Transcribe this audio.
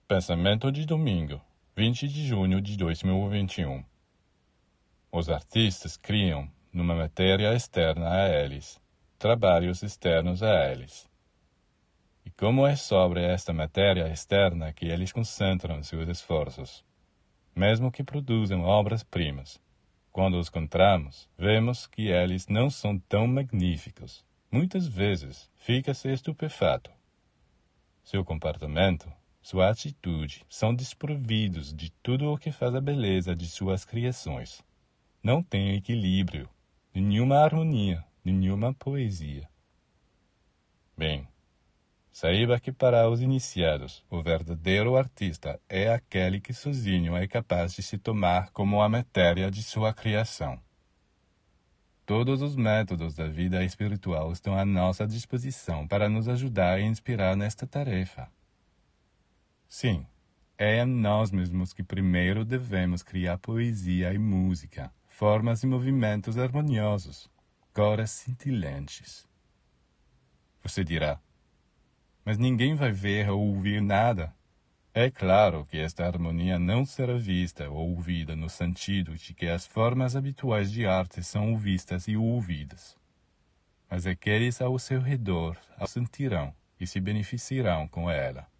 Pensamento de domingo, 20 de junho de 2021. Os artistas criam, numa matéria externa a eles, trabalhos externos a eles. E como é sobre esta matéria externa que eles concentram seus esforços, mesmo que produzam obras-primas, quando os encontramos, vemos que eles não são tão magníficos. Muitas vezes, fica-se estupefato. Seu comportamento, sua atitude são desprovidos de tudo o que faz a beleza de suas criações. Não tem equilíbrio, nenhuma harmonia, nenhuma poesia. Bem, saiba que para os iniciados, o verdadeiro artista é aquele que sozinho é capaz de se tomar como a matéria de sua criação. Todos os métodos da vida espiritual estão à nossa disposição para nos ajudar e inspirar nesta tarefa. Sim, é a nós mesmos que primeiro devemos criar poesia e música, formas e movimentos harmoniosos, cores cintilantes. Você dirá, mas ninguém vai ver ou ouvir nada. É claro que esta harmonia não será vista ou ouvida no sentido de que as formas habituais de arte são vistas e ouvidas. Mas aqueles ao seu redor a sentirão e se beneficiarão com ela.